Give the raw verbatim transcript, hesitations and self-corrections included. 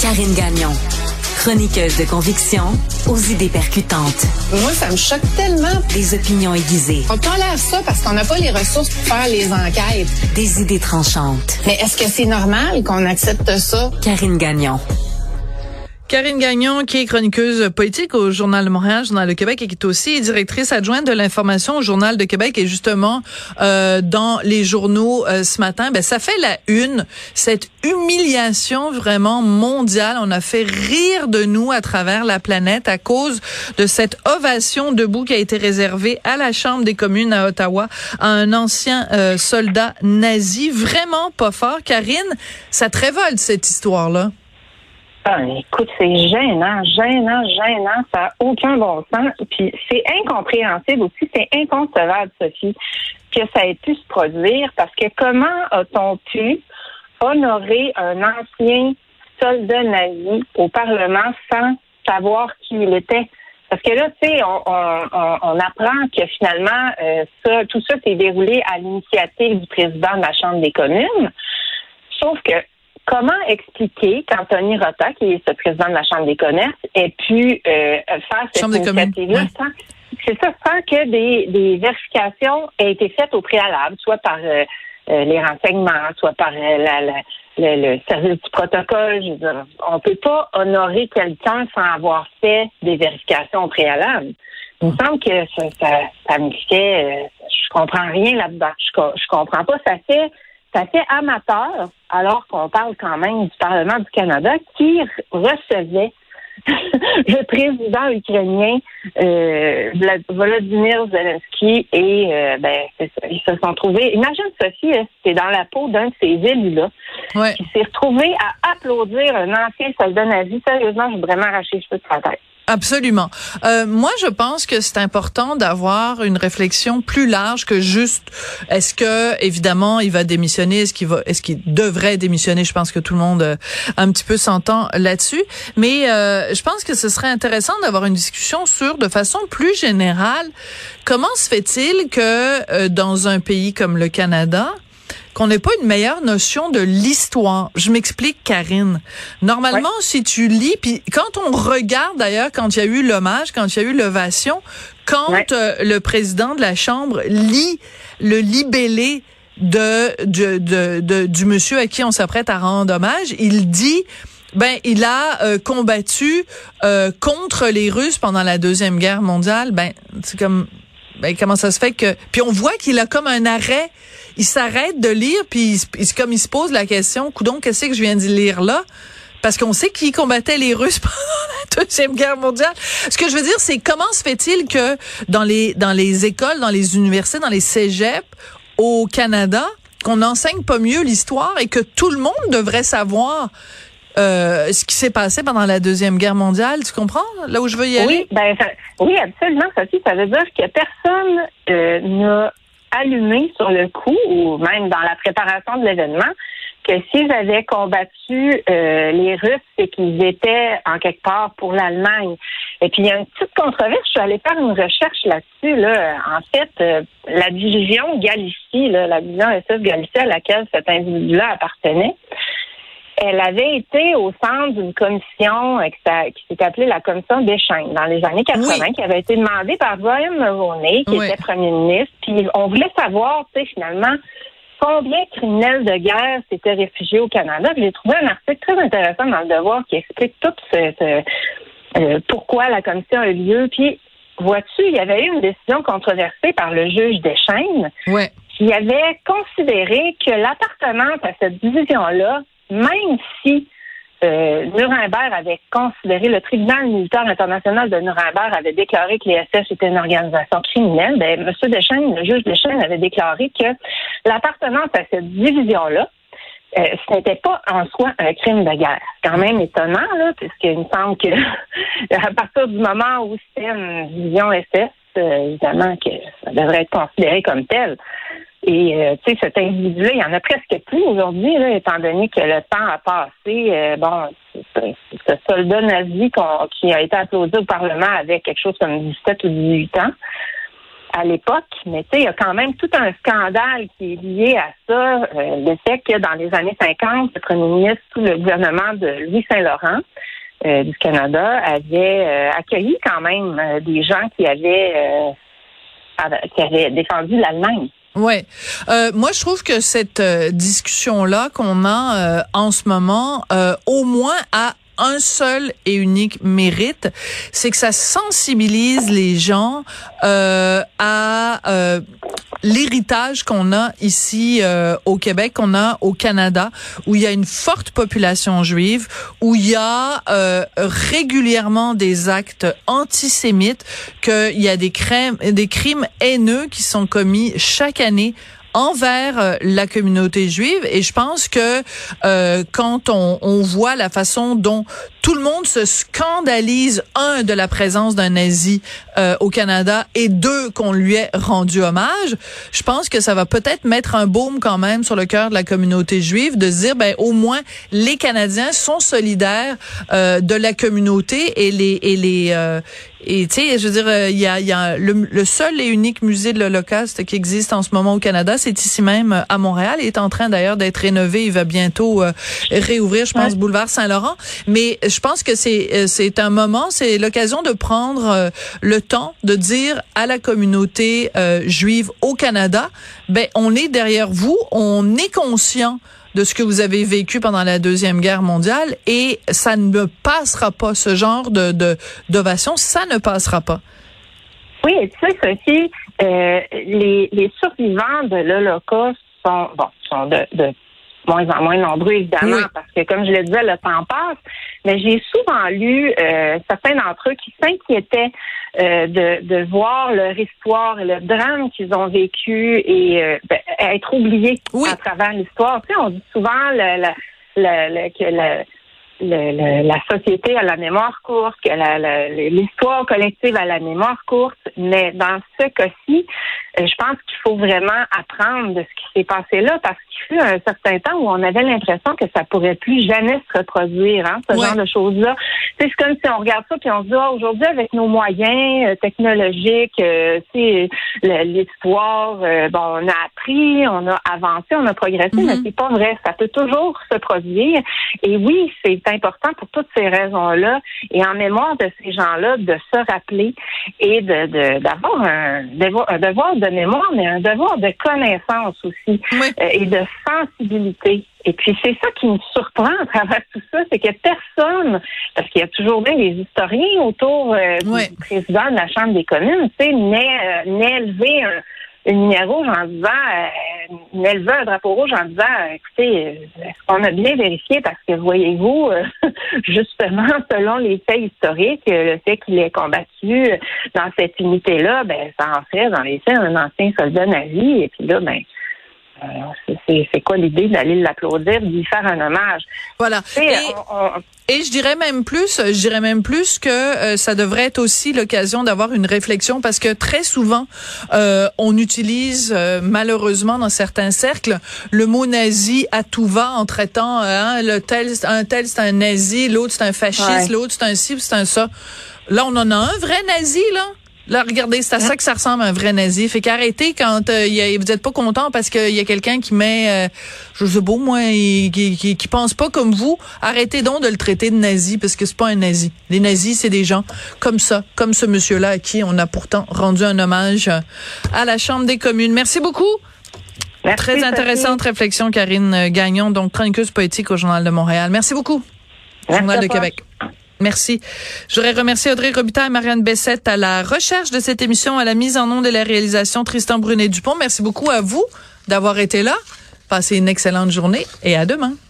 Karine Gagnon, chroniqueuse de conviction aux idées percutantes. Moi, ça me choque tellement. Des opinions aiguisées. On tolère ça parce qu'on n'a pas les ressources pour faire les enquêtes. Des idées tranchantes. Mais est-ce que c'est normal qu'on accepte ça? Karine Gagnon. Karine Gagnon, qui est chroniqueuse politique au Journal de Montréal, Journal de Québec, et qui est aussi directrice adjointe de l'information au Journal de Québec. Et justement, euh, dans les journaux euh, ce matin, ben ça fait la une, cette humiliation vraiment mondiale. On a fait rire de nous à travers la planète à cause de cette ovation debout qui a été réservée à la Chambre des communes à Ottawa à un ancien euh, soldat nazi. Vraiment pas fort. Karine, ça te révolte cette histoire-là? Ah, écoute, c'est gênant, gênant, gênant, ça n'a aucun bon sens. Puis c'est incompréhensible aussi, c'est inconcevable, Sophie, que ça ait pu se produire, parce que comment a-t-on pu honorer un ancien soldat nazi au Parlement sans savoir qui il était? Parce que là, tu sais, on, on, on apprend que finalement, euh, ça, tout ça s'est déroulé à l'initiative du président de la Chambre des communes, sauf que comment expliquer qu'Anthony Rota, qui est ce président de la Chambre des commerces, ait pu euh, faire cette Chambre initiative-là sans, c'est ça, sans que des, des vérifications aient été faites au préalable, soit par euh, euh, les renseignements, soit par euh, la, la, le, le service du protocole. Je veux dire, on peut pas honorer quelqu'un sans avoir fait des vérifications au préalable. Il me semble que ça, ça, ça me fait... Euh, je comprends rien là-dedans. Je, je comprends pas. Ça fait... Ça fait amateur, alors qu'on parle quand même du Parlement du Canada, qui recevait le président ukrainien euh, Volodymyr Zelensky, et euh, ben c'est ça, ils se sont trouvés. Imagine, Sophie, c'était dans la peau d'un de ces élus-là, ouais, qui s'est retrouvé à applaudir un ancien soldat nazi. Sérieusement, je voudrais m'arracher les cheveux de sa tête. Absolument. Euh, moi, je pense que c'est important d'avoir une réflexion plus large que juste est-ce que, évidemment, il va démissionner, est-ce qu'il va, est-ce qu'il devrait démissionner. Je pense que tout le monde euh, un petit peu s'entend là-dessus. Mais euh, je pense que ce serait intéressant d'avoir une discussion sur, de façon plus générale, comment se fait-il que euh, dans un pays comme le Canada, qu'on n'ait pas une meilleure notion de l'histoire. Je m'explique, Karine. Normalement, ouais, si tu lis, puis quand on regarde d'ailleurs, quand il y a eu l'hommage, quand il y a eu l'ovation, quand ouais, euh, le président de la Chambre lit le libellé de, de, de, de du monsieur à qui on s'apprête à rendre hommage, il dit... Ben, il a euh, combattu euh, contre les Russes pendant la Deuxième Guerre mondiale. Ben, c'est comme... Ben, comment ça se fait que... Puis on voit qu'il a comme un arrêt. Il s'arrête de lire, puis il, il, comme il se pose la question, coudonc, qu'est-ce que je viens de lire là? Parce qu'on sait qui combattait les Russes pendant la Deuxième Guerre mondiale. Ce que je veux dire, c'est comment se fait-il que dans les dans les écoles, dans les universités, dans les cégeps au Canada, qu'on n'enseigne pas mieux l'histoire et que tout le monde devrait savoir euh, ce qui s'est passé pendant la Deuxième Guerre mondiale? Tu comprends là où je veux y aller? Oui, ben ça, oui, absolument, Sophie. Ça veut dire que personne euh, n'a allumé sur le coup, ou même dans la préparation de l'événement, que s'ils avaient combattu euh, les Russes, c'est qu'ils étaient en quelque part pour l'Allemagne. Et puis il y a une petite controverse. Je suis allée faire une recherche là-dessus. Là. En fait, euh, la division Galicie, là, la division S S Galicie à laquelle cet individu-là appartenait, elle avait été au centre d'une commission euh, qui, qui s'est appelée la commission d'Échange dans les années quatre-vingts, oui, qui avait été demandée par Brian Mulroney, qui oui, était premier ministre. Puis on voulait savoir, tu sais, finalement, combien de criminels de guerre s'étaient réfugiés au Canada. Puis j'ai trouvé un article très intéressant dans Le Devoir qui explique tout ce, ce euh, pourquoi la commission a eu lieu. Puis, vois-tu, il y avait eu une décision controversée par le juge Deschênes, oui, qui avait considéré que l'appartenance à cette division-là, même si euh, Nuremberg avait considéré, le tribunal militaire international de Nuremberg avait déclaré que les S S étaient une organisation criminelle, ben, M. Deschênes, le juge Deschênes, avait déclaré que l'appartenance à cette division-là, euh, ce n'était pas en soi un crime de guerre. C'est quand même étonnant, là, puisqu'il me semble que à partir du moment où c'était une division S S, euh, évidemment que ça devrait être considéré comme tel. Et, euh, tu sais, cet individu-là, il n'y en a presque plus aujourd'hui, là, étant donné que le temps a passé. Euh, bon, ce soldat nazi qu'on, qui a été applaudi au Parlement avait quelque chose comme dix-sept ou dix-huit ans. à l'époque, mais tu sais, il y a quand même tout un scandale qui est lié à ça, euh, le fait que dans les années cinquante, le premier ministre sous le gouvernement de Louis Saint-Laurent euh, du Canada avait euh, accueilli quand même euh, des gens qui avaient euh, qui avaient défendu l'Allemagne. Ouais, euh, moi je trouve que cette euh, discussion-là qu'on a euh, en ce moment, euh, au moins a un seul et unique mérite, c'est que ça sensibilise les gens euh, à euh, l'héritage qu'on a ici euh, au Québec, qu'on a au Canada, où il y a une forte population juive, où il y a euh, régulièrement des actes antisémites, qu'il y a des crimes, des crimes haineux qui sont commis chaque année envers euh, la communauté juive. Et je pense que euh, quand on, on voit la façon dont tout le monde se scandalise, un, de la présence d'un nazi euh, au Canada, et deux, qu'on lui ait rendu hommage, je pense que ça va peut-être mettre un baume quand même sur le cœur de la communauté juive, de se dire, ben au moins, les Canadiens sont solidaires euh, de la communauté, et les... Et les euh, et tu sais, je veux dire, il y a, y a le, le seul et unique musée de l'Holocauste qui existe en ce moment au Canada, c'est ici même à Montréal. Il est en train d'ailleurs d'être rénové. Il va bientôt euh, réouvrir, je pense, ouais. Boulevard Saint-Laurent. Mais je pense que c'est c'est un moment, c'est l'occasion de prendre euh, le temps de dire à la communauté euh, juive au Canada, ben on est derrière vous, on est conscient de ce que vous avez vécu pendant la Deuxième Guerre mondiale, et ça ne passera pas, ce genre de, de d'ovation, ça ne passera pas. Oui, et tu sais, Sophie, euh, les, les survivants de l'Holocauste sont, bon, sont de, de moins en moins nombreux, évidemment, oui. Parce que, comme je le disais, le temps passe, mais j'ai souvent lu euh, certains d'entre eux qui s'inquiétaient euh, de, de voir leur histoire et le drame qu'ils ont vécu et euh, ben, être oubliés oui. à travers l'histoire. Tu sais, on dit souvent le, le, le, le, que le, le, le, la société a la mémoire courte, que la, la, l'histoire collective a la mémoire courte, mais dans ce cas-ci, euh, je pense qu'il faut vraiment apprendre de ce qui s'est passé là, parce qu'il fut un certain temps où on avait l'impression que ça pourrait plus jamais se reproduire, hein, ce ouais. genre de choses-là. C'est comme si on regarde ça puis on se dit, ah, aujourd'hui, avec nos moyens euh, technologiques, euh, c'est l'histoire, euh, bon, on a appris, on a avancé, on a progressé, mm-hmm. mais c'est pas vrai. Ça peut toujours se produire. Et oui, c'est important pour toutes ces raisons-là, et en mémoire de ces gens-là, de se rappeler et de, de d'avoir un devoir, un devoir de mémoire, mais un devoir de connaissance aussi, oui. euh, et de sensibilité. Et puis, c'est ça qui me surprend à travers tout ça, c'est que personne, parce qu'il y a toujours bien des historiens autour euh, oui. du président de la Chambre des communes, tu sais, n'est, euh, n'est élevé un une ligne rouge en disant, euh, une élevée un drapeau rouge en disant, écoutez, on a bien vérifié parce que, voyez-vous, euh, justement, selon les faits historiques, le fait qu'il ait combattu dans cette unité-là, ben, ça en fait, dans les faits, un ancien soldat nazi, et puis là, ben, euh, c'est, c'est quoi l'idée d'aller l'applaudir, d'y faire un hommage? Voilà. Et, on, on, et je dirais même plus, je dirais même plus que euh, ça devrait être aussi l'occasion d'avoir une réflexion, parce que très souvent, euh, on utilise euh, malheureusement dans certains cercles le mot nazi à tout va, en traitant hein, le tel, un tel c'est un nazi, l'autre c'est un fasciste, ouais. l'autre c'est un ci, c'est un ça. Là, on en a un vrai nazi, là. Là, regardez, c'est à ça que ça ressemble à un vrai nazi. Fait qu'arrêtez quand euh, y a, vous êtes pas content parce qu'il y a quelqu'un qui met, euh, je sais pas moi, il, qui, qui, qui pense pas comme vous. Arrêtez donc de le traiter de nazi, parce que c'est pas un nazi. Les nazis, c'est des gens comme ça, comme ce monsieur-là à qui on a pourtant rendu un hommage à la Chambre des communes. Merci beaucoup. Merci, Très intéressante Sophie. Réflexion, Karine Gagnon, donc chroniqueuse poétique au Journal de Montréal. Merci beaucoup. Merci Journal de Québec. Merci. Je voudrais remercier Audrey Robitaille et Marianne Bessette à la recherche de cette émission, à la mise en onde et la réalisation, Tristan Brunet-Dupont. Merci beaucoup à vous d'avoir été là. Passez une excellente journée et à demain.